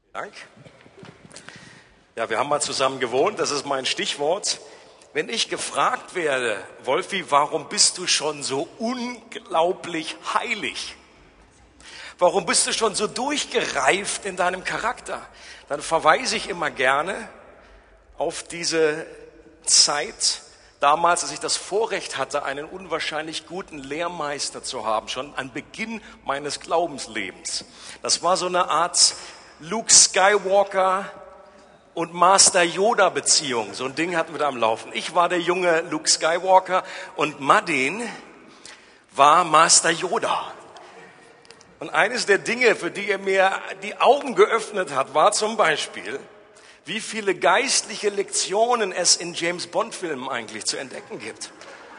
Dank. Ja, wir haben mal zusammen gewohnt, das ist mein Stichwort. Wenn ich gefragt werde, Wolfi, warum bist du schon so unglaublich heilig? Warum bist du schon so durchgereift in deinem Charakter? Dann verweise ich immer gerne auf diese Zeit, damals, als ich das Vorrecht hatte, einen unwahrscheinlich guten Lehrmeister zu haben, schon an Beginn meines Glaubenslebens. Das war so eine Art Luke Skywalker und Master Yoda Beziehung. So ein Ding hatten wir da am Laufen. Ich war der junge Luke Skywalker und Madin war Master Yoda. Und eines der Dinge, für die er mir die Augen geöffnet hat, war zum Beispiel, wie viele geistliche Lektionen es in James-Bond-Filmen eigentlich zu entdecken gibt.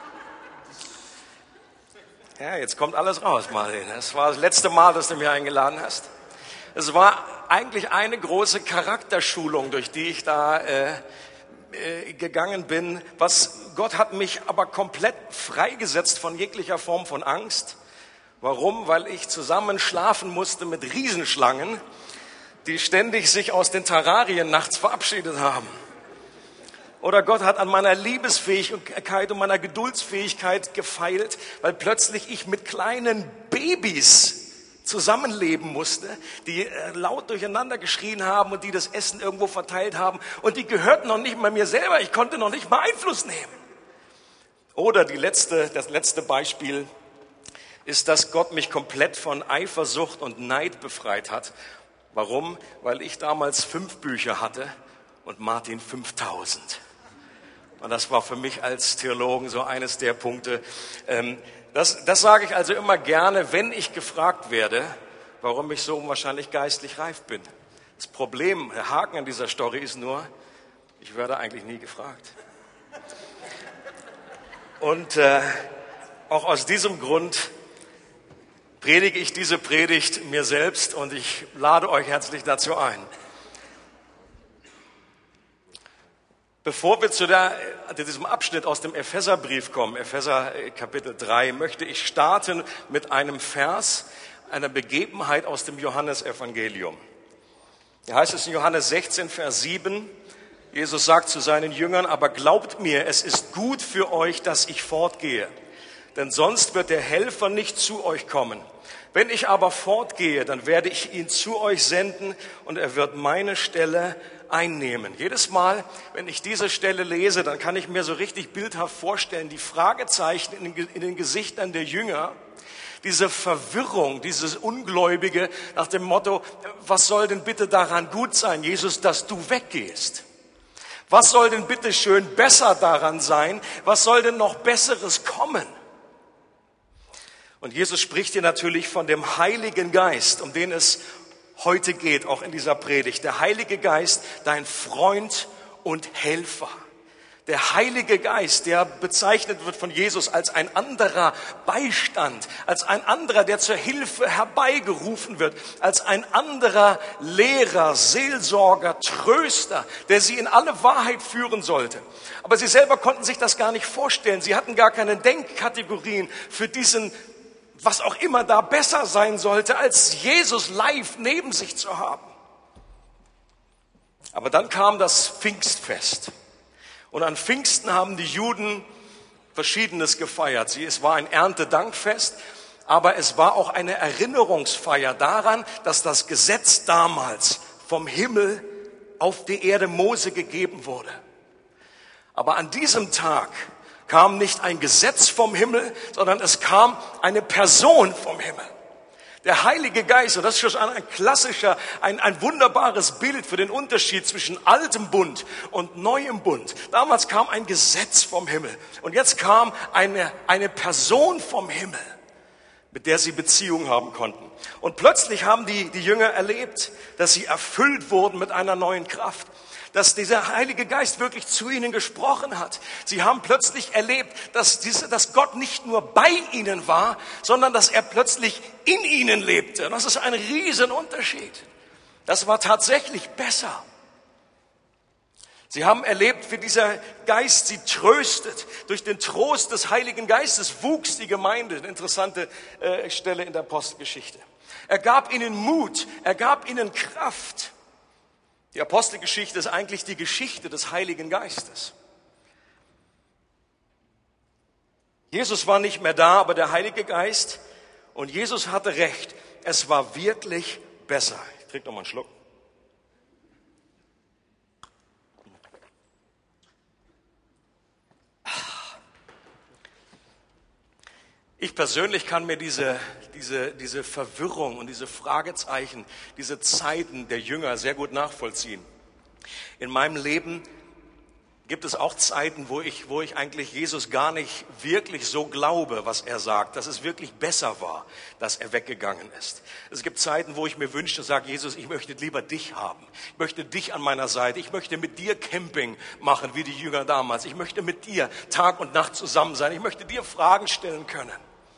Ja, jetzt kommt alles raus, Martin. Das war das letzte Mal, dass du mich eingeladen hast. Es war eigentlich eine große Charakterschulung, durch die ich da gegangen bin. Gott hat mich aber komplett freigesetzt von jeglicher Form von Angst. Warum? Weil ich zusammen schlafen musste mit Riesenschlangen, die ständig sich aus den Terrarien nachts verabschiedet haben. Oder Gott hat an meiner Liebesfähigkeit und meiner Geduldsfähigkeit gefeilt, weil plötzlich ich mit kleinen Babys zusammenleben musste, die laut durcheinander geschrien haben und die das Essen irgendwo verteilt haben und die gehörten noch nicht mal mir selber, ich konnte noch nicht mal Einfluss nehmen. Oder das letzte Beispiel ist, dass Gott mich komplett von Eifersucht und Neid befreit hat. Warum? Weil ich damals 5 Bücher hatte und Martin 5000. Und das war für mich als Theologen so eines der Punkte. Das sage ich also immer gerne, wenn ich gefragt werde, warum ich so unwahrscheinlich geistlich reif bin. Das Problem, der Haken an dieser Story ist nur, ich werde eigentlich nie gefragt. Und auch aus diesem Grund predige ich diese Predigt mir selbst und ich lade euch herzlich dazu ein. Bevor wir zu diesem Abschnitt aus dem Epheserbrief kommen, Epheser Kapitel 3, möchte ich starten mit einem Vers, einer Begebenheit aus dem Johannesevangelium. Hier heißt es in Johannes 16, Vers 7, Jesus sagt zu seinen Jüngern, aber glaubt mir, es ist gut für euch, dass ich fortgehe. Denn sonst wird der Helfer nicht zu euch kommen. Wenn ich aber fortgehe, dann werde ich ihn zu euch senden und er wird meine Stelle einnehmen. Jedes Mal, wenn ich diese Stelle lese, dann kann ich mir so richtig bildhaft vorstellen, die Fragezeichen in den Gesichtern der Jünger, diese Verwirrung, dieses Ungläubige nach dem Motto, was soll denn bitte daran gut sein, Jesus, dass du weggehst? Was soll denn bitte schön besser daran sein? Was soll denn noch Besseres kommen? Und Jesus spricht hier natürlich von dem Heiligen Geist, um den es heute geht, auch in dieser Predigt. Der Heilige Geist, dein Freund und Helfer. Der Heilige Geist, der bezeichnet wird von Jesus als ein anderer Beistand, als ein anderer, der zur Hilfe herbeigerufen wird, als ein anderer Lehrer, Seelsorger, Tröster, der sie in alle Wahrheit führen sollte. Aber sie selber konnten sich das gar nicht vorstellen. Sie hatten gar keine Denkkategorien für diesen, was auch immer da besser sein sollte, als Jesus live neben sich zu haben. Aber dann kam das Pfingstfest. Und an Pfingsten haben die Juden Verschiedenes gefeiert. Es war ein Erntedankfest, aber es war auch eine Erinnerungsfeier daran, dass das Gesetz damals vom Himmel auf die Erde Mose gegeben wurde. Aber an diesem Tag kam nicht ein Gesetz vom Himmel, sondern es kam eine Person vom Himmel. Der Heilige Geist, und das ist schon ein klassischer, ein wunderbares Bild für den Unterschied zwischen altem Bund und neuem Bund. Damals kam ein Gesetz vom Himmel und jetzt kam eine Person vom Himmel, mit der sie Beziehung haben konnten. Und plötzlich haben die Jünger erlebt, dass sie erfüllt wurden mit einer neuen Kraft. Dass dieser Heilige Geist wirklich zu ihnen gesprochen hat. Sie haben plötzlich erlebt, dass Gott nicht nur bei ihnen war, sondern dass er plötzlich in ihnen lebte. Das ist ein Riesenunterschied. Das war tatsächlich besser. Sie haben erlebt, wie dieser Geist sie tröstet. Durch den Trost des Heiligen Geistes wuchs die Gemeinde. Eine interessante Stelle in der Apostelgeschichte. Er gab ihnen Mut, er gab ihnen Kraft. Die Apostelgeschichte ist eigentlich die Geschichte des Heiligen Geistes. Jesus war nicht mehr da, aber der Heilige Geist, und Jesus hatte recht, es war wirklich besser. Ich trinke noch mal einen Schluck. Ich persönlich kann mir diese Verwirrung und diese Fragezeichen, diese Zeiten der Jünger sehr gut nachvollziehen. In meinem Leben gibt es auch Zeiten, wo ich eigentlich Jesus gar nicht wirklich so glaube, was er sagt, dass es wirklich besser war, dass er weggegangen ist. Es gibt Zeiten, wo ich mir wünsche und sage, Jesus, ich möchte lieber dich haben. Ich möchte dich an meiner Seite. Ich möchte mit dir Camping machen, wie die Jünger damals. Ich möchte mit dir Tag und Nacht zusammen sein. Ich möchte dir Fragen stellen können.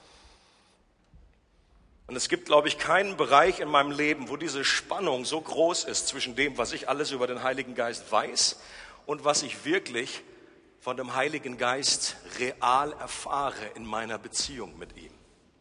Und es gibt, glaube ich, keinen Bereich in meinem Leben, wo diese Spannung so groß ist zwischen dem, was ich alles über den Heiligen Geist weiß und was ich wirklich von dem Heiligen Geist real erfahre in meiner Beziehung mit ihm.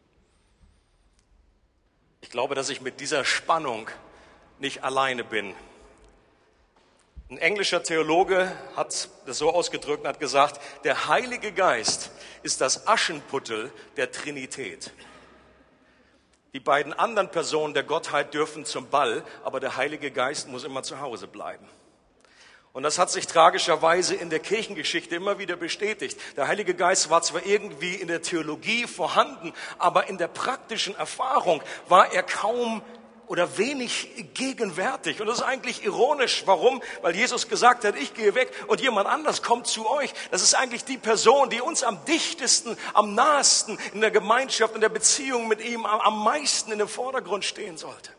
Ich glaube, dass ich mit dieser Spannung nicht alleine bin. Ein englischer Theologe hat das so ausgedrückt und hat gesagt, der Heilige Geist ist das Aschenputtel der Trinität. Die beiden anderen Personen der Gottheit dürfen zum Ball, aber der Heilige Geist muss immer zu Hause bleiben. Und das hat sich tragischerweise in der Kirchengeschichte immer wieder bestätigt. Der Heilige Geist war zwar irgendwie in der Theologie vorhanden, aber in der praktischen Erfahrung war er kaum oder wenig gegenwärtig. Und das ist eigentlich ironisch. Warum? Weil Jesus gesagt hat, ich gehe weg und jemand anders kommt zu euch. Das ist eigentlich die Person, die uns am dichtesten, am nahesten in der Gemeinschaft, in der Beziehung mit ihm am meisten in dem Vordergrund stehen sollte.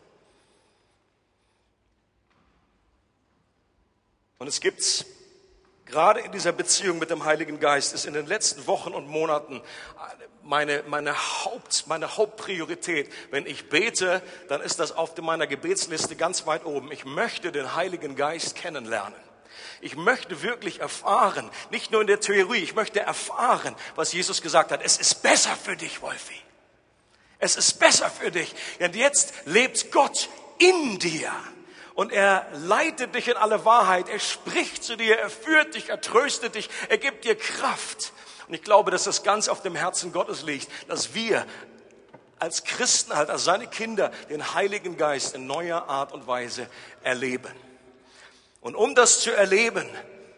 Und es gibt gerade in dieser Beziehung mit dem Heiligen Geist, ist in den letzten Wochen und Monaten meine Hauptpriorität. Wenn ich bete, dann ist das auf meiner Gebetsliste ganz weit oben. Ich möchte den Heiligen Geist kennenlernen. Ich möchte wirklich erfahren, nicht nur in der Theorie, ich möchte erfahren, was Jesus gesagt hat. Es ist besser für dich, Wolfi. Es ist besser für dich, denn jetzt lebt Gott in dir. Und er leitet dich in alle Wahrheit, er spricht zu dir, er führt dich, er tröstet dich, er gibt dir Kraft. Und ich glaube, dass das ganz auf dem Herzen Gottes liegt, dass wir als Christen, halt als seine Kinder, den Heiligen Geist in neuer Art und Weise erleben. Und um das zu erleben,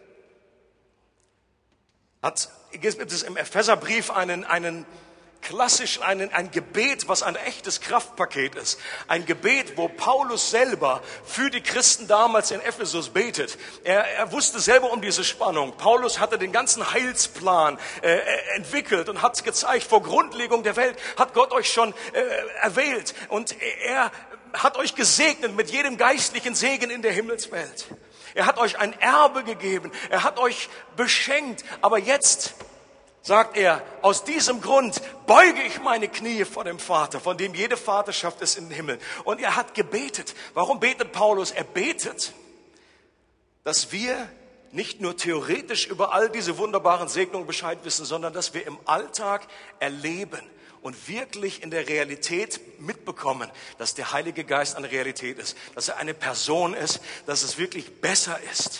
gibt es im Epheserbrief einen klassischen, ein Gebet, was ein echtes Kraftpaket ist. Ein Gebet, wo Paulus selber für die Christen damals in Ephesus betet. Er wusste selber um diese Spannung. Paulus hatte den ganzen Heilsplan entwickelt und hat gezeigt, vor Grundlegung der Welt hat Gott euch schon erwählt. Und er hat euch gesegnet mit jedem geistlichen Segen in der Himmelswelt. Er hat euch ein Erbe gegeben. Er hat euch beschenkt. Aber jetzt sagt er, aus diesem Grund beuge ich meine Knie vor dem Vater, von dem jede Vaterschaft ist im Himmel. Und er hat gebetet. Warum betet Paulus? Er betet, dass wir nicht nur theoretisch über all diese wunderbaren Segnungen Bescheid wissen, sondern dass wir im Alltag erleben und wirklich in der Realität mitbekommen, dass der Heilige Geist eine Realität ist, dass er eine Person ist, dass es wirklich besser ist,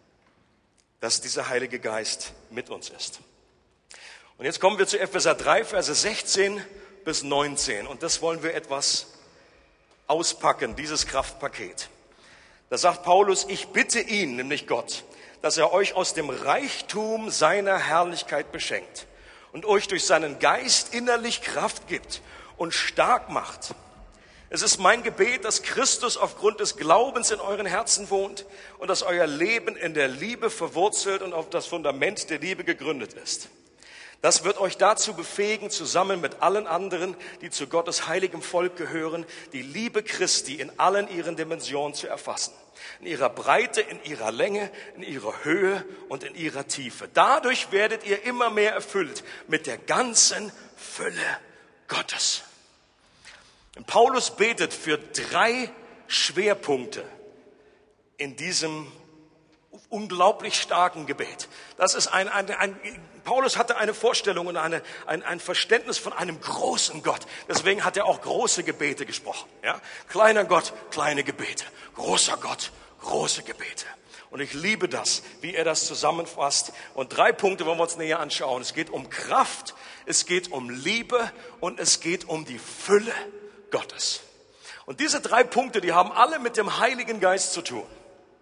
dass dieser Heilige Geist mit uns ist. Und jetzt kommen wir zu Epheser 3, Verse 16 bis 19. Und das wollen wir etwas auspacken, dieses Kraftpaket. Da sagt Paulus, ich bitte ihn, nämlich Gott, dass er euch aus dem Reichtum seiner Herrlichkeit beschenkt und euch durch seinen Geist innerlich Kraft gibt und stark macht. Es ist mein Gebet, dass Christus aufgrund des Glaubens in euren Herzen wohnt und dass euer Leben in der Liebe verwurzelt und auf das Fundament der Liebe gegründet ist. Das wird euch dazu befähigen, zusammen mit allen anderen, die zu Gottes heiligem Volk gehören, die Liebe Christi in allen ihren Dimensionen zu erfassen. In ihrer Breite, in ihrer Länge, in ihrer Höhe und in ihrer Tiefe. Dadurch werdet ihr immer mehr erfüllt mit der ganzen Fülle Gottes. Und Paulus betet für 3 Schwerpunkte in diesem unglaublich starken Gebet. Das ist Paulus hatte eine Vorstellung und ein Verständnis von einem großen Gott. Deswegen hat er auch große Gebete gesprochen. Ja? Kleiner Gott, kleine Gebete. Großer Gott, große Gebete. Und ich liebe das, wie er das zusammenfasst. Und 3 Punkte wollen wir uns näher anschauen. Es geht um Kraft, es geht um Liebe und es geht um die Fülle Gottes. Und diese 3 Punkte, die haben alle mit dem Heiligen Geist zu tun.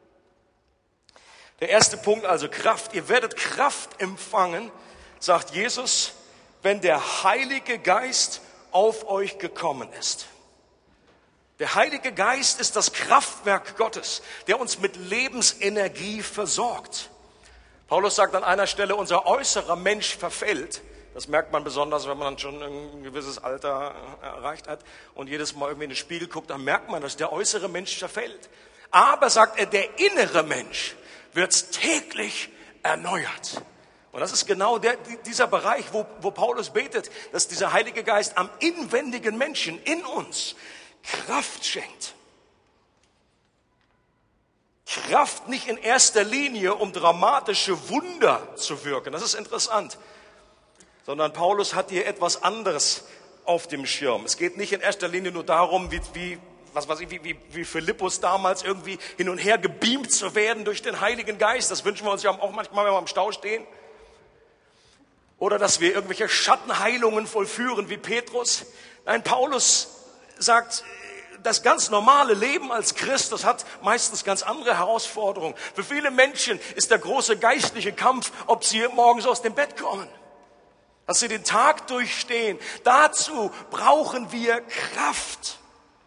Der erste Punkt, also Kraft. Ihr werdet Kraft empfangen, sagt Jesus, wenn der Heilige Geist auf euch gekommen ist. Der Heilige Geist ist das Kraftwerk Gottes, der uns mit Lebensenergie versorgt. Paulus sagt an einer Stelle, unser äußerer Mensch verfällt. Das merkt man besonders, wenn man dann schon ein gewisses Alter erreicht hat und jedes Mal irgendwie in den Spiegel guckt, dann merkt man, dass der äußere Mensch verfällt. Aber, sagt er, der innere Mensch wird täglich erneuert. Und das ist genau dieser Bereich, wo Paulus betet, dass dieser Heilige Geist am inwendigen Menschen in uns Kraft schenkt. Kraft nicht in erster Linie, um dramatische Wunder zu wirken. Das ist interessant. Sondern Paulus hat hier etwas anderes auf dem Schirm. Es geht nicht in erster Linie nur darum, wie Philippus damals irgendwie hin und her gebeamt zu werden durch den Heiligen Geist. Das wünschen wir uns ja auch manchmal, wenn wir im Stau stehen. Oder dass wir irgendwelche Schattenheilungen vollführen wie Petrus. Nein, Paulus sagt, das ganz normale Leben als Christ, das hat meistens ganz andere Herausforderungen. Für viele Menschen ist der große geistliche Kampf, ob sie morgens aus dem Bett kommen, dass sie den Tag durchstehen. Dazu brauchen wir Kraft.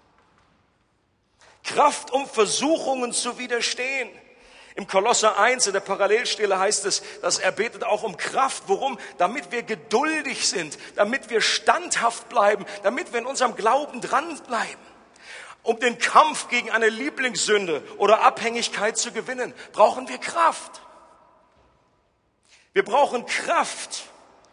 Kraft, um Versuchungen zu widerstehen. Im Kolosser 1, in der Parallelstelle heißt es, dass er betet auch um Kraft. Warum? Damit wir geduldig sind, damit wir standhaft bleiben, damit wir in unserem Glauben dranbleiben. Um den Kampf gegen eine Lieblingssünde oder Abhängigkeit zu gewinnen, brauchen wir Kraft. Wir brauchen Kraft.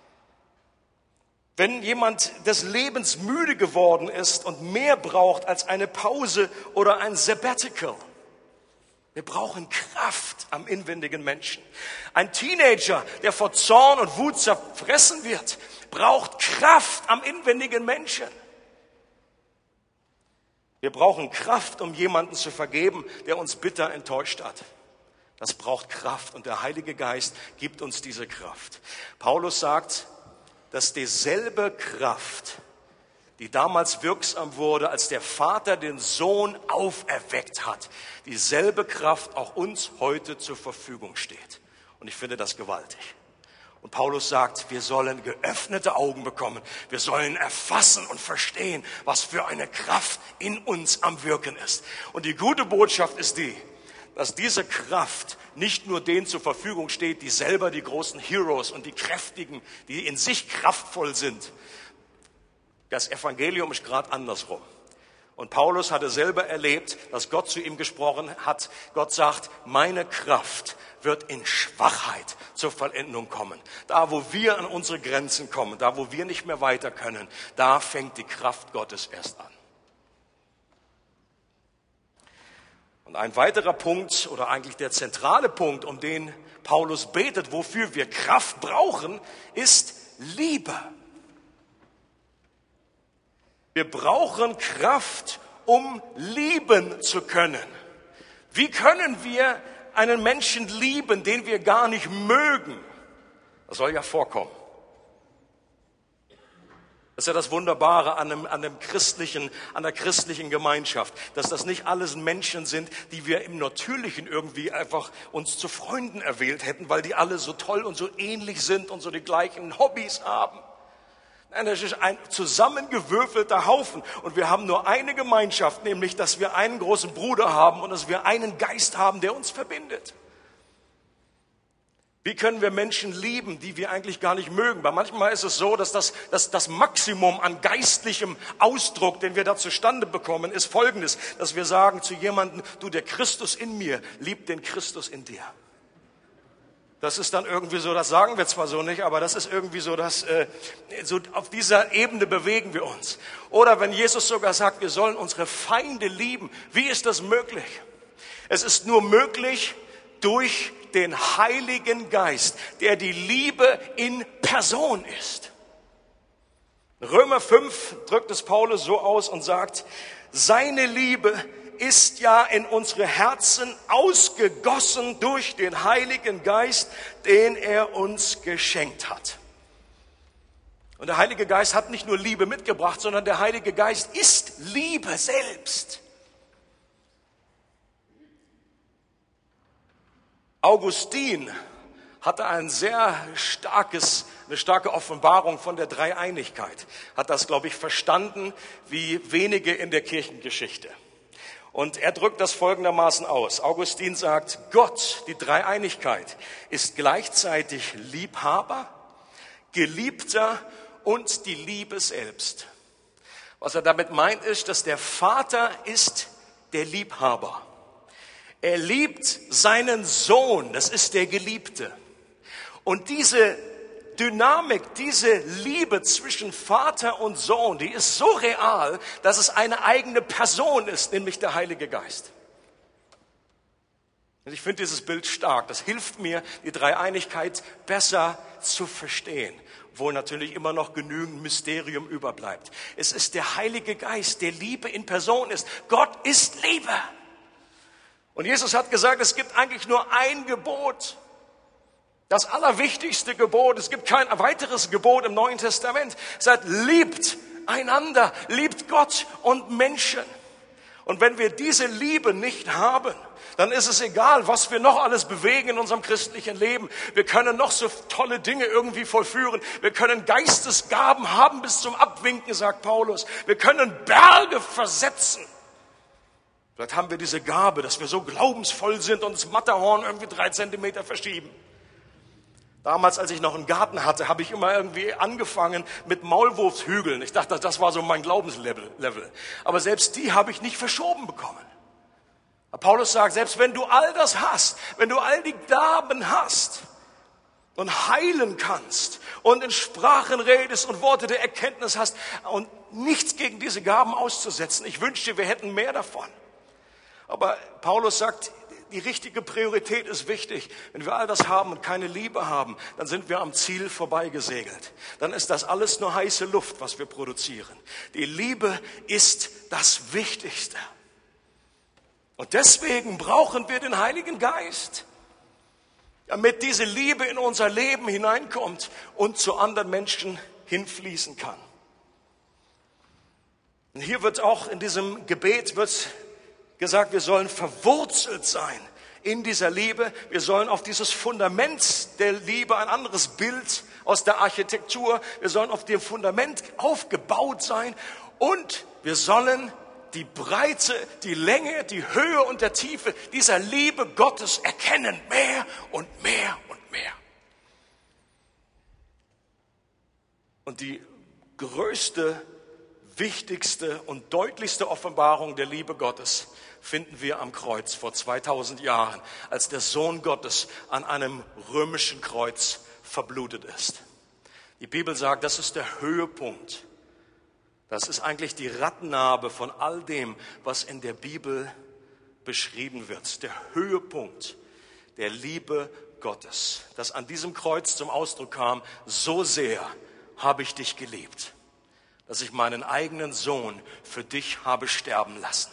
Wenn jemand des Lebens müde geworden ist und mehr braucht als eine Pause oder ein Sabbatical. Wir brauchen Kraft am inwendigen Menschen. Ein Teenager, der vor Zorn und Wut zerfressen wird, braucht Kraft am inwendigen Menschen. Wir brauchen Kraft, um jemanden zu vergeben, der uns bitter enttäuscht hat. Das braucht Kraft und der Heilige Geist gibt uns diese Kraft. Paulus sagt, dass dieselbe Kraft, die damals wirksam wurde, als der Vater den Sohn auferweckt hat, dieselbe Kraft auch uns heute zur Verfügung steht. Und ich finde das gewaltig. Und Paulus sagt, wir sollen geöffnete Augen bekommen. Wir sollen erfassen und verstehen, was für eine Kraft in uns am Wirken ist. Und die gute Botschaft ist die, dass diese Kraft nicht nur denen zur Verfügung steht, die selber die großen Heroes und die Kräftigen, die in sich kraftvoll sind. Das Evangelium ist gerade andersrum. Und Paulus hatte selber erlebt, dass Gott zu ihm gesprochen hat. Gott sagt, meine Kraft wird in Schwachheit zur Vollendung kommen. Da, wo wir an unsere Grenzen kommen, da, wo wir nicht mehr weiter können, da fängt die Kraft Gottes erst an. Und ein weiterer Punkt, oder eigentlich der zentrale Punkt, um den Paulus betet, wofür wir Kraft brauchen, ist Liebe. Wir brauchen Kraft, um lieben zu können. Wie können wir einen Menschen lieben, den wir gar nicht mögen? Das soll ja vorkommen. Das ist ja das Wunderbare an der christlichen Gemeinschaft, dass das nicht alles Menschen sind, die wir im Natürlichen irgendwie einfach uns zu Freunden erwählt hätten, weil die alle so toll und so ähnlich sind und so die gleichen Hobbys haben. Nein, das ist ein zusammengewürfelter Haufen. Und wir haben nur eine Gemeinschaft, nämlich, dass wir einen großen Bruder haben und dass wir einen Geist haben, der uns verbindet. Wie können wir Menschen lieben, die wir eigentlich gar nicht mögen? Weil manchmal ist es so, dass das Maximum an geistlichem Ausdruck, den wir da zustande bekommen, ist Folgendes, dass wir sagen zu jemandem, du, der Christus in mir liebt den Christus in dir. Das ist dann irgendwie so, das sagen wir zwar so nicht, aber das ist irgendwie so, dass so auf dieser Ebene bewegen wir uns. Oder wenn Jesus sogar sagt, wir sollen unsere Feinde lieben, wie ist das möglich? Es ist nur möglich durch den Heiligen Geist, der die Liebe in Person ist. Römer 5 drückt es Paulus so aus und sagt, seine Liebe ist ja in unsere Herzen ausgegossen durch den Heiligen Geist, den er uns geschenkt hat. Und der Heilige Geist hat nicht nur Liebe mitgebracht, sondern der Heilige Geist ist Liebe selbst. Augustin hatte eine starke Offenbarung von der Dreieinigkeit. Hat das, glaube ich, verstanden wie wenige in der Kirchengeschichte. Und er drückt das folgendermaßen aus. Augustin sagt, Gott, die Dreieinigkeit, ist gleichzeitig Liebhaber, Geliebter und die Liebe selbst. Was er damit meint, ist, dass der Vater ist der Liebhaber. Er liebt seinen Sohn, das ist der Geliebte. Und diese Dynamik, diese Liebe zwischen Vater und Sohn, die ist so real, dass es eine eigene Person ist, nämlich der Heilige Geist. Und ich finde dieses Bild stark. Das hilft mir, die Dreieinigkeit besser zu verstehen, wo natürlich immer noch genügend Mysterium überbleibt. Es ist der Heilige Geist, der Liebe in Person ist. Gott ist Liebe. Und Jesus hat gesagt, es gibt eigentlich nur ein Gebot. Das allerwichtigste Gebot. Es gibt kein weiteres Gebot im Neuen Testament. Es sagt, liebt einander, liebt Gott und Menschen. Und wenn wir diese Liebe nicht haben, dann ist es egal, was wir noch alles bewegen in unserem christlichen Leben. Wir können noch so tolle Dinge irgendwie vollführen. Wir können Geistesgaben haben bis zum Abwinken, sagt Paulus. Wir können Berge versetzen. Vielleicht haben wir diese Gabe, dass wir so glaubensvoll sind und das Matterhorn irgendwie 3 Zentimeter verschieben. Damals, als ich noch einen Garten hatte, habe ich immer irgendwie angefangen mit Maulwurfshügeln. Ich dachte, das war so mein Glaubenslevel. Aber selbst die habe ich nicht verschoben bekommen. Paulus sagt, selbst wenn du all das hast, wenn du all die Gaben hast und heilen kannst und in Sprachen redest und Worte der Erkenntnis hast und nichts gegen diese Gaben auszusetzen, ich wünschte, wir hätten mehr davon. Aber Paulus sagt, die richtige Priorität ist wichtig. Wenn wir all das haben und keine Liebe haben, dann sind wir am Ziel vorbeigesegelt. Dann ist das alles nur heiße Luft, was wir produzieren. Die Liebe ist das Wichtigste. Und deswegen brauchen wir den Heiligen Geist, damit diese Liebe in unser Leben hineinkommt und zu anderen Menschen hinfließen kann. Und hier wird auch in diesem Gebet gesagt, wir sollen verwurzelt sein in dieser Liebe. Wir sollen auf dieses Fundament der Liebe, ein anderes Bild aus der Architektur, wir sollen auf dem Fundament aufgebaut sein und wir sollen die Breite, die Länge, die Höhe und der Tiefe dieser Liebe Gottes erkennen. Mehr und mehr und mehr. Und die größte, wichtigste und deutlichste Offenbarung der Liebe Gottes finden wir am Kreuz vor 2000 Jahren, als der Sohn Gottes an einem römischen Kreuz verblutet ist. Die Bibel sagt, das ist der Höhepunkt. Das ist eigentlich die Radnabe von all dem, was in der Bibel beschrieben wird. Der Höhepunkt der Liebe Gottes, das an diesem Kreuz zum Ausdruck kam, so sehr habe ich dich geliebt, dass ich meinen eigenen Sohn für dich habe sterben lassen.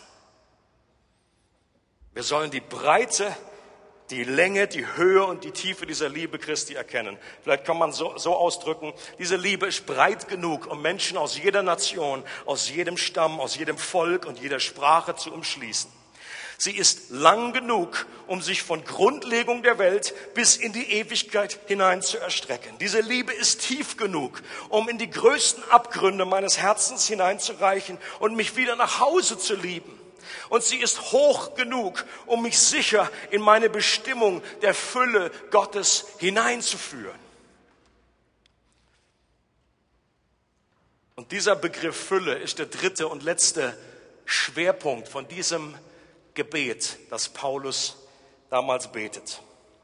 Wir sollen die Breite, die Länge, die Höhe und die Tiefe dieser Liebe Christi erkennen. Vielleicht kann man so ausdrücken, diese Liebe ist breit genug, um Menschen aus jeder Nation, aus jedem Stamm, aus jedem Volk und jeder Sprache zu umschließen. Sie ist lang genug, um sich von Grundlegung der Welt bis in die Ewigkeit hinein zu erstrecken. Diese Liebe ist tief genug, um in die größten Abgründe meines Herzens hineinzureichen und mich wieder nach Hause zu lieben. Und sie ist hoch genug, um mich sicher in meine Bestimmung der Fülle Gottes hineinzuführen. Und dieser Begriff Fülle ist der dritte und letzte Schwerpunkt von diesem Gebet, das Paulus damals betet.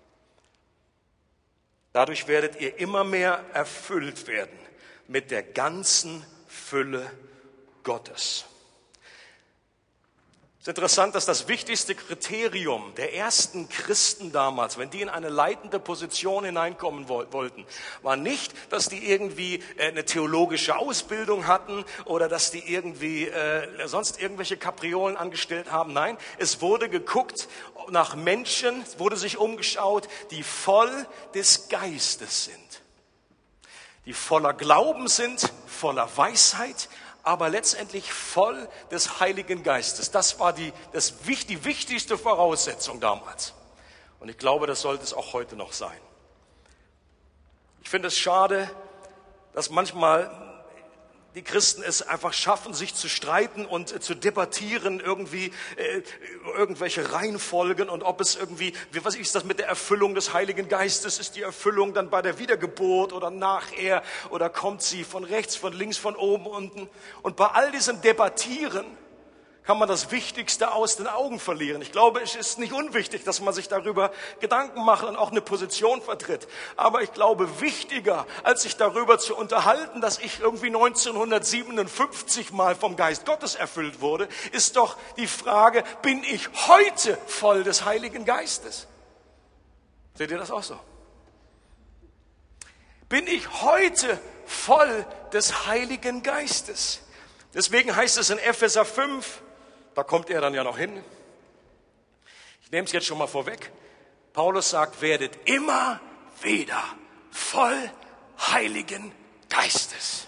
Dadurch werdet ihr immer mehr erfüllt werden mit der ganzen Fülle Gottes. Es ist interessant, dass das wichtigste Kriterium der ersten Christen damals, wenn die in eine leitende Position hineinkommen wollten, war nicht, dass die irgendwie eine theologische Ausbildung hatten oder dass die irgendwie sonst irgendwelche Kapriolen angestellt haben. Nein, es wurde geguckt nach Menschen, es wurde sich umgeschaut, die voll des Geistes sind, die voller Glauben sind, voller Weisheit, aber letztendlich voll des Heiligen Geistes. Das war die wichtigste Voraussetzung damals. Und ich glaube, das sollte es auch heute noch sein. Ich finde es schade, dass manchmal die Christen es einfach schaffen, sich zu streiten und zu debattieren, irgendwelche Reihenfolgen und ob es irgendwie, was ist das mit der Erfüllung des Heiligen Geistes? Ist die Erfüllung dann bei der Wiedergeburt oder nachher oder kommt sie von rechts, von links, von oben, unten? Und bei all diesem Debattieren kann man das Wichtigste aus den Augen verlieren. Ich glaube, es ist nicht unwichtig, dass man sich darüber Gedanken macht und auch eine Position vertritt. Aber ich glaube, wichtiger, als sich darüber zu unterhalten, dass ich irgendwie 1957 mal vom Geist Gottes erfüllt wurde, ist doch die Frage, bin ich heute voll des Heiligen Geistes? Seht ihr das auch so? Bin ich heute voll des Heiligen Geistes? Deswegen heißt es in Epheser 5, da kommt er dann ja noch hin. Ich nehme es jetzt schon mal vorweg. Paulus sagt, werdet immer wieder voll Heiligen Geistes.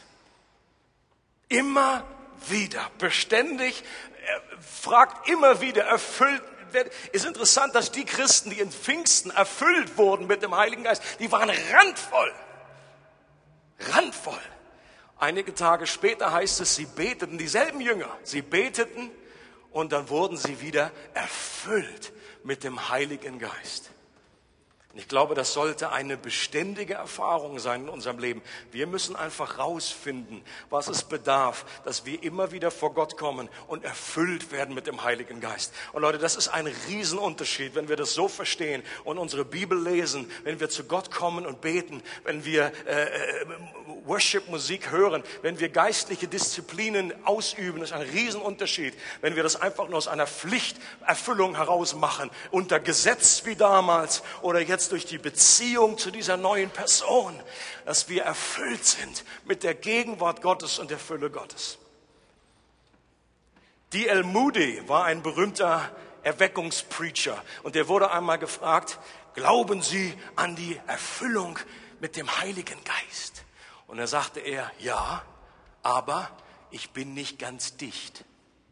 Immer wieder, beständig, fragt immer wieder, erfüllt. Es ist interessant, dass die Christen, die in Pfingsten erfüllt wurden mit dem Heiligen Geist, die waren randvoll. Randvoll. Einige Tage später heißt es, sie beteten, dieselben Jünger, sie beteten und dann wurden sie wieder erfüllt mit dem Heiligen Geist. Und ich glaube, das sollte eine beständige Erfahrung sein in unserem Leben. Wir müssen einfach rausfinden, was es bedarf, dass wir immer wieder vor Gott kommen und erfüllt werden mit dem Heiligen Geist. Und Leute, das ist ein Riesenunterschied, wenn wir das so verstehen und unsere Bibel lesen, wenn wir zu Gott kommen und beten, wenn wir Worship-Musik hören, wenn wir geistliche Disziplinen ausüben. Das ist ein Riesenunterschied, wenn wir das einfach nur aus einer Pflichterfüllung heraus machen, unter Gesetz wie damals oder jetzt durch die Beziehung zu dieser neuen Person, dass wir erfüllt sind mit der Gegenwart Gottes und der Fülle Gottes. D.L. Moody war ein berühmter Erweckungspreacher und der wurde einmal gefragt, glauben Sie an die Erfüllung mit dem Heiligen Geist? Und da sagte er, ja, aber ich bin nicht ganz dicht.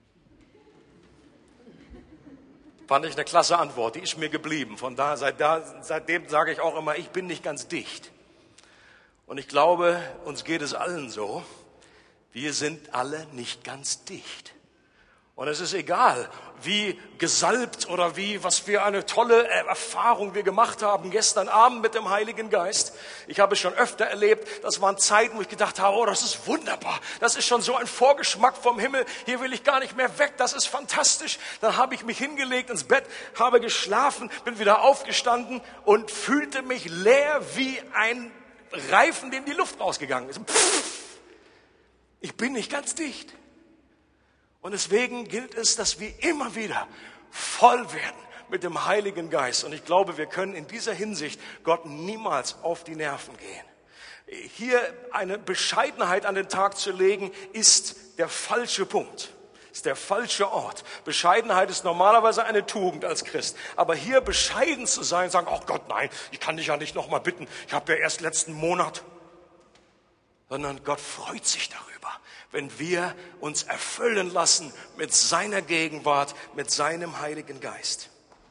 Fand ich eine klasse Antwort, die ist mir geblieben. Seitdem sage ich auch immer, ich bin nicht ganz dicht. Und ich glaube, uns geht es allen so, wir sind alle nicht ganz dicht. Und es ist egal, wie gesalbt oder was für eine tolle Erfahrung wir gemacht haben gestern Abend mit dem Heiligen Geist. Ich habe es schon öfter erlebt, das waren Zeiten, wo ich gedacht habe, oh, das ist wunderbar. Das ist schon so ein Vorgeschmack vom Himmel. Hier will ich gar nicht mehr weg, das ist fantastisch. Dann habe ich mich hingelegt ins Bett, habe geschlafen, bin wieder aufgestanden und fühlte mich leer wie ein Reifen, dem die Luft rausgegangen ist. Ich bin nicht ganz dicht. Und deswegen gilt es, dass wir immer wieder voll werden mit dem Heiligen Geist. Und ich glaube, wir können in dieser Hinsicht Gott niemals auf die Nerven gehen. Hier eine Bescheidenheit an den Tag zu legen, ist der falsche Punkt. Ist der falsche Ort. Bescheidenheit ist normalerweise eine Tugend als Christ. Aber hier bescheiden zu sein, sagen, oh Gott, nein, ich kann dich ja nicht nochmal bitten. Ich habe ja erst letzten Monat. Sondern Gott freut sich darüber, wenn wir uns erfüllen lassen mit seiner Gegenwart, mit seinem Heiligen Geist.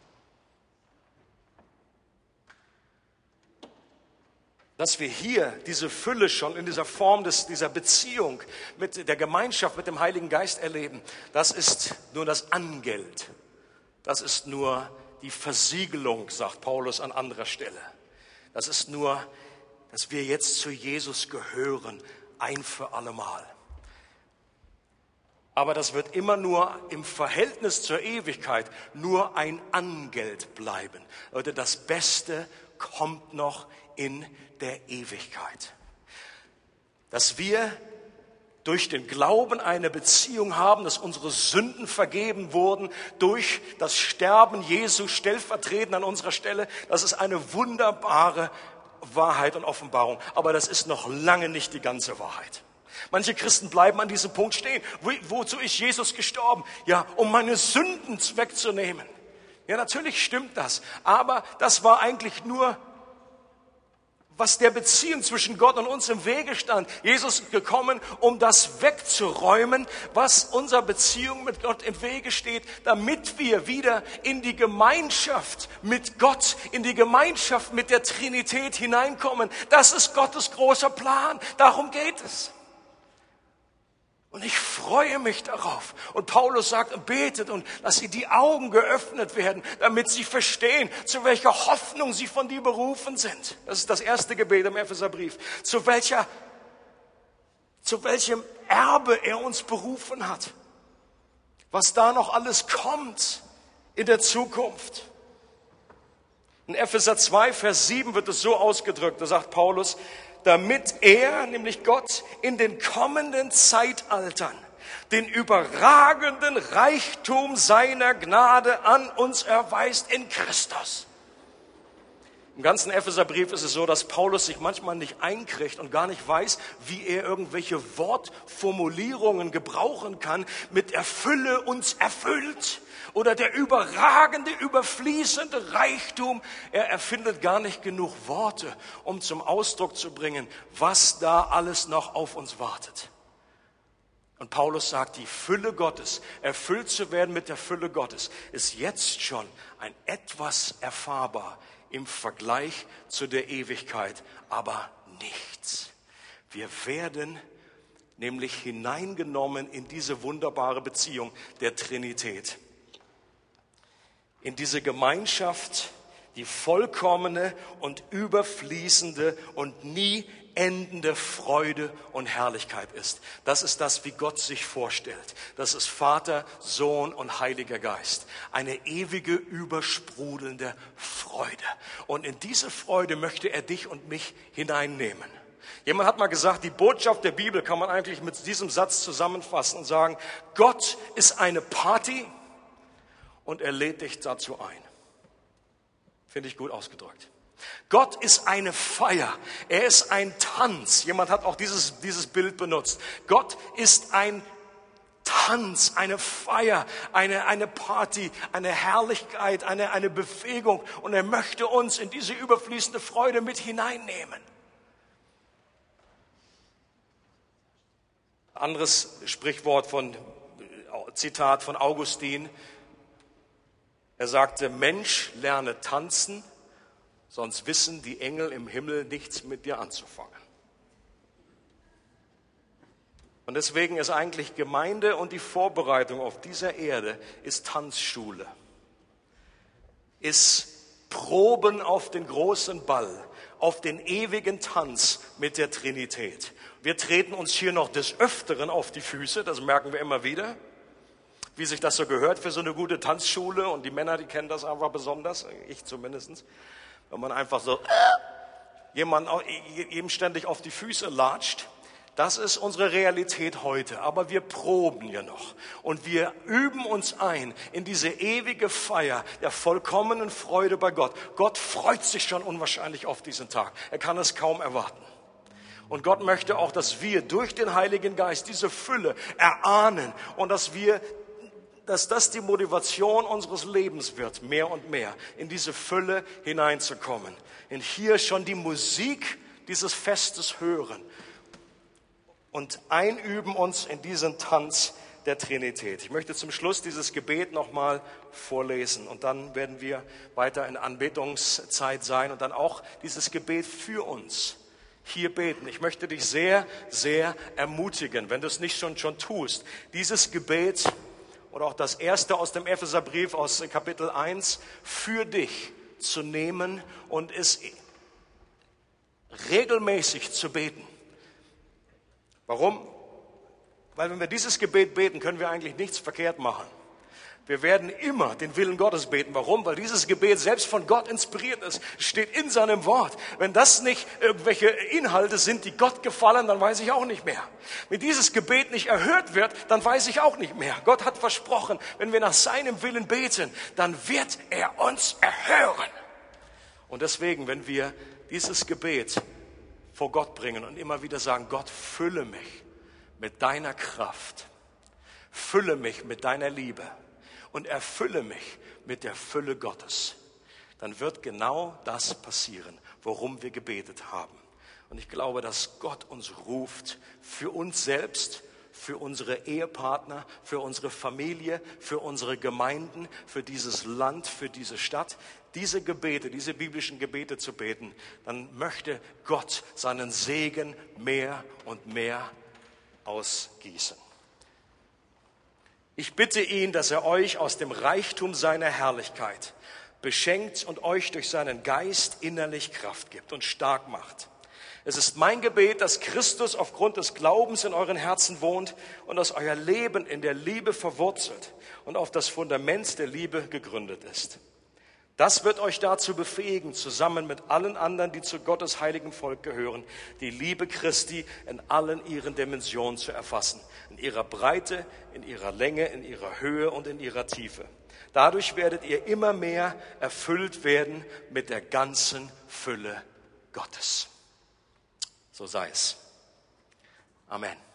Dass wir hier diese Fülle schon in dieser Form dieser Beziehung mit der Gemeinschaft mit dem Heiligen Geist erleben, das ist nur das Angeld. Das ist nur die Versiegelung, sagt Paulus an anderer Stelle. Das ist nur, dass wir jetzt zu Jesus gehören, ein für allemal. Aber das wird immer nur im Verhältnis zur Ewigkeit nur ein Angeld bleiben. Leute, das Beste kommt noch in der Ewigkeit. Dass wir durch den Glauben eine Beziehung haben, dass unsere Sünden vergeben wurden, durch das Sterben Jesu stellvertretend an unserer Stelle. Das ist eine wunderbare Wahrheit und Offenbarung. Aber das ist noch lange nicht die ganze Wahrheit. Manche Christen bleiben an diesem Punkt stehen. Wozu ist Jesus gestorben? Ja, um meine Sünden wegzunehmen. Ja, natürlich stimmt das. Aber das war eigentlich nur, was der Beziehung zwischen Gott und uns im Wege stand. Jesus ist gekommen, um das wegzuräumen, was unserer Beziehung mit Gott im Wege steht, damit wir wieder in die Gemeinschaft mit Gott, in die Gemeinschaft mit der Trinität hineinkommen. Das ist Gottes großer Plan. Darum geht es. Und ich freue mich darauf. Und Paulus sagt, betet und lass ihnen die Augen geöffnet werden, damit sie verstehen, zu welcher Hoffnung sie von dir berufen sind. Das ist das erste Gebet im Epheserbrief. Zu welchem Erbe er uns berufen hat. Was da noch alles kommt in der Zukunft. In Epheser 2, Vers 7 wird es so ausgedrückt, da sagt Paulus, damit er, nämlich Gott, in den kommenden Zeitaltern den überragenden Reichtum seiner Gnade an uns erweist in Christus. Im ganzen Epheserbrief ist es so, dass Paulus sich manchmal nicht einkriegt und gar nicht weiß, wie er irgendwelche Wortformulierungen gebrauchen kann mit der Fülle uns erfüllt oder der überragende, überfließende Reichtum. Er erfindet gar nicht genug Worte, um zum Ausdruck zu bringen, was da alles noch auf uns wartet. Und Paulus sagt, die Fülle Gottes, erfüllt zu werden mit der Fülle Gottes, ist jetzt schon ein etwas erfahrbar im Vergleich zu der Ewigkeit, aber nichts. Wir werden nämlich hineingenommen in diese wunderbare Beziehung der Trinität. In diese Gemeinschaft, die vollkommene und überfließende und nie endende Freude und Herrlichkeit ist. Das ist das, wie Gott sich vorstellt. Das ist Vater, Sohn und Heiliger Geist. Eine ewige, übersprudelnde Freude. Und in diese Freude möchte er dich und mich hineinnehmen. Jemand hat mal gesagt, die Botschaft der Bibel kann man eigentlich mit diesem Satz zusammenfassen und sagen, Gott ist eine Party und er lädt dich dazu ein. Finde ich gut ausgedrückt. Gott ist eine Feier, er ist ein Tanz. Jemand hat auch dieses Bild benutzt. Gott ist ein Tanz, eine Feier, eine Party, eine Herrlichkeit, eine Bewegung. Und er möchte uns in diese überfließende Freude mit hineinnehmen. Anderes Sprichwort Zitat von Augustin. Er sagte, Mensch, lerne tanzen, sonst wissen die Engel im Himmel nichts mit dir anzufangen. Und deswegen ist eigentlich Gemeinde und die Vorbereitung auf dieser Erde ist Tanzschule. Ist Proben auf den großen Ball, auf den ewigen Tanz mit der Trinität. Wir treten uns hier noch des Öfteren auf die Füße, das merken wir immer wieder. Wie sich das so gehört für so eine gute Tanzschule. Und die Männer, die kennen das einfach besonders, ich zumindest. Wenn man einfach so jedem ständig auf die Füße latscht. Das ist unsere Realität heute. Aber wir proben ja noch. Und wir üben uns ein in diese ewige Feier der vollkommenen Freude bei Gott. Gott freut sich schon unwahrscheinlich auf diesen Tag. Er kann es kaum erwarten. Und Gott möchte auch, dass wir durch den Heiligen Geist diese Fülle erahnen und dass das die Motivation unseres Lebens wird, mehr und mehr in diese Fülle hineinzukommen. Und hier schon die Musik dieses Festes hören und einüben uns in diesen Tanz der Trinität. Ich möchte zum Schluss dieses Gebet nochmal vorlesen und dann werden wir weiter in Anbetungszeit sein und dann auch dieses Gebet für uns hier beten. Ich möchte dich sehr, sehr ermutigen, wenn du es nicht schon tust, dieses Gebet oder auch das erste aus dem Epheserbrief aus Kapitel 1 für dich zu nehmen und es regelmäßig zu beten. Warum? Weil wenn wir dieses Gebet beten, können wir eigentlich nichts verkehrt machen. Wir werden immer den Willen Gottes beten. Warum? Weil dieses Gebet selbst von Gott inspiriert ist. Es steht in seinem Wort. Wenn das nicht irgendwelche Inhalte sind, die Gott gefallen, dann weiß ich auch nicht mehr. Wenn dieses Gebet nicht erhört wird, dann weiß ich auch nicht mehr. Gott hat versprochen, wenn wir nach seinem Willen beten, dann wird er uns erhören. Und deswegen, wenn wir dieses Gebet vor Gott bringen und immer wieder sagen, Gott, fülle mich mit deiner Kraft, fülle mich mit deiner Liebe und erfülle mich mit der Fülle Gottes, dann wird genau das passieren, worum wir gebetet haben. Und ich glaube, dass Gott uns ruft, für uns selbst, für unsere Ehepartner, für unsere Familie, für unsere Gemeinden, für dieses Land, für diese Stadt, diese Gebete, diese biblischen Gebete zu beten, dann möchte Gott seinen Segen mehr und mehr ausgießen. Ich bitte ihn, dass er euch aus dem Reichtum seiner Herrlichkeit beschenkt und euch durch seinen Geist innerlich Kraft gibt und stark macht. Es ist mein Gebet, dass Christus aufgrund des Glaubens in euren Herzen wohnt und dass euer Leben in der Liebe verwurzelt und auf das Fundament der Liebe gegründet ist. Das wird euch dazu befähigen, zusammen mit allen anderen, die zu Gottes heiligen Volk gehören, die Liebe Christi in allen ihren Dimensionen zu erfassen. In ihrer Breite, in ihrer Länge, in ihrer Höhe und in ihrer Tiefe. Dadurch werdet ihr immer mehr erfüllt werden mit der ganzen Fülle Gottes. So sei es. Amen.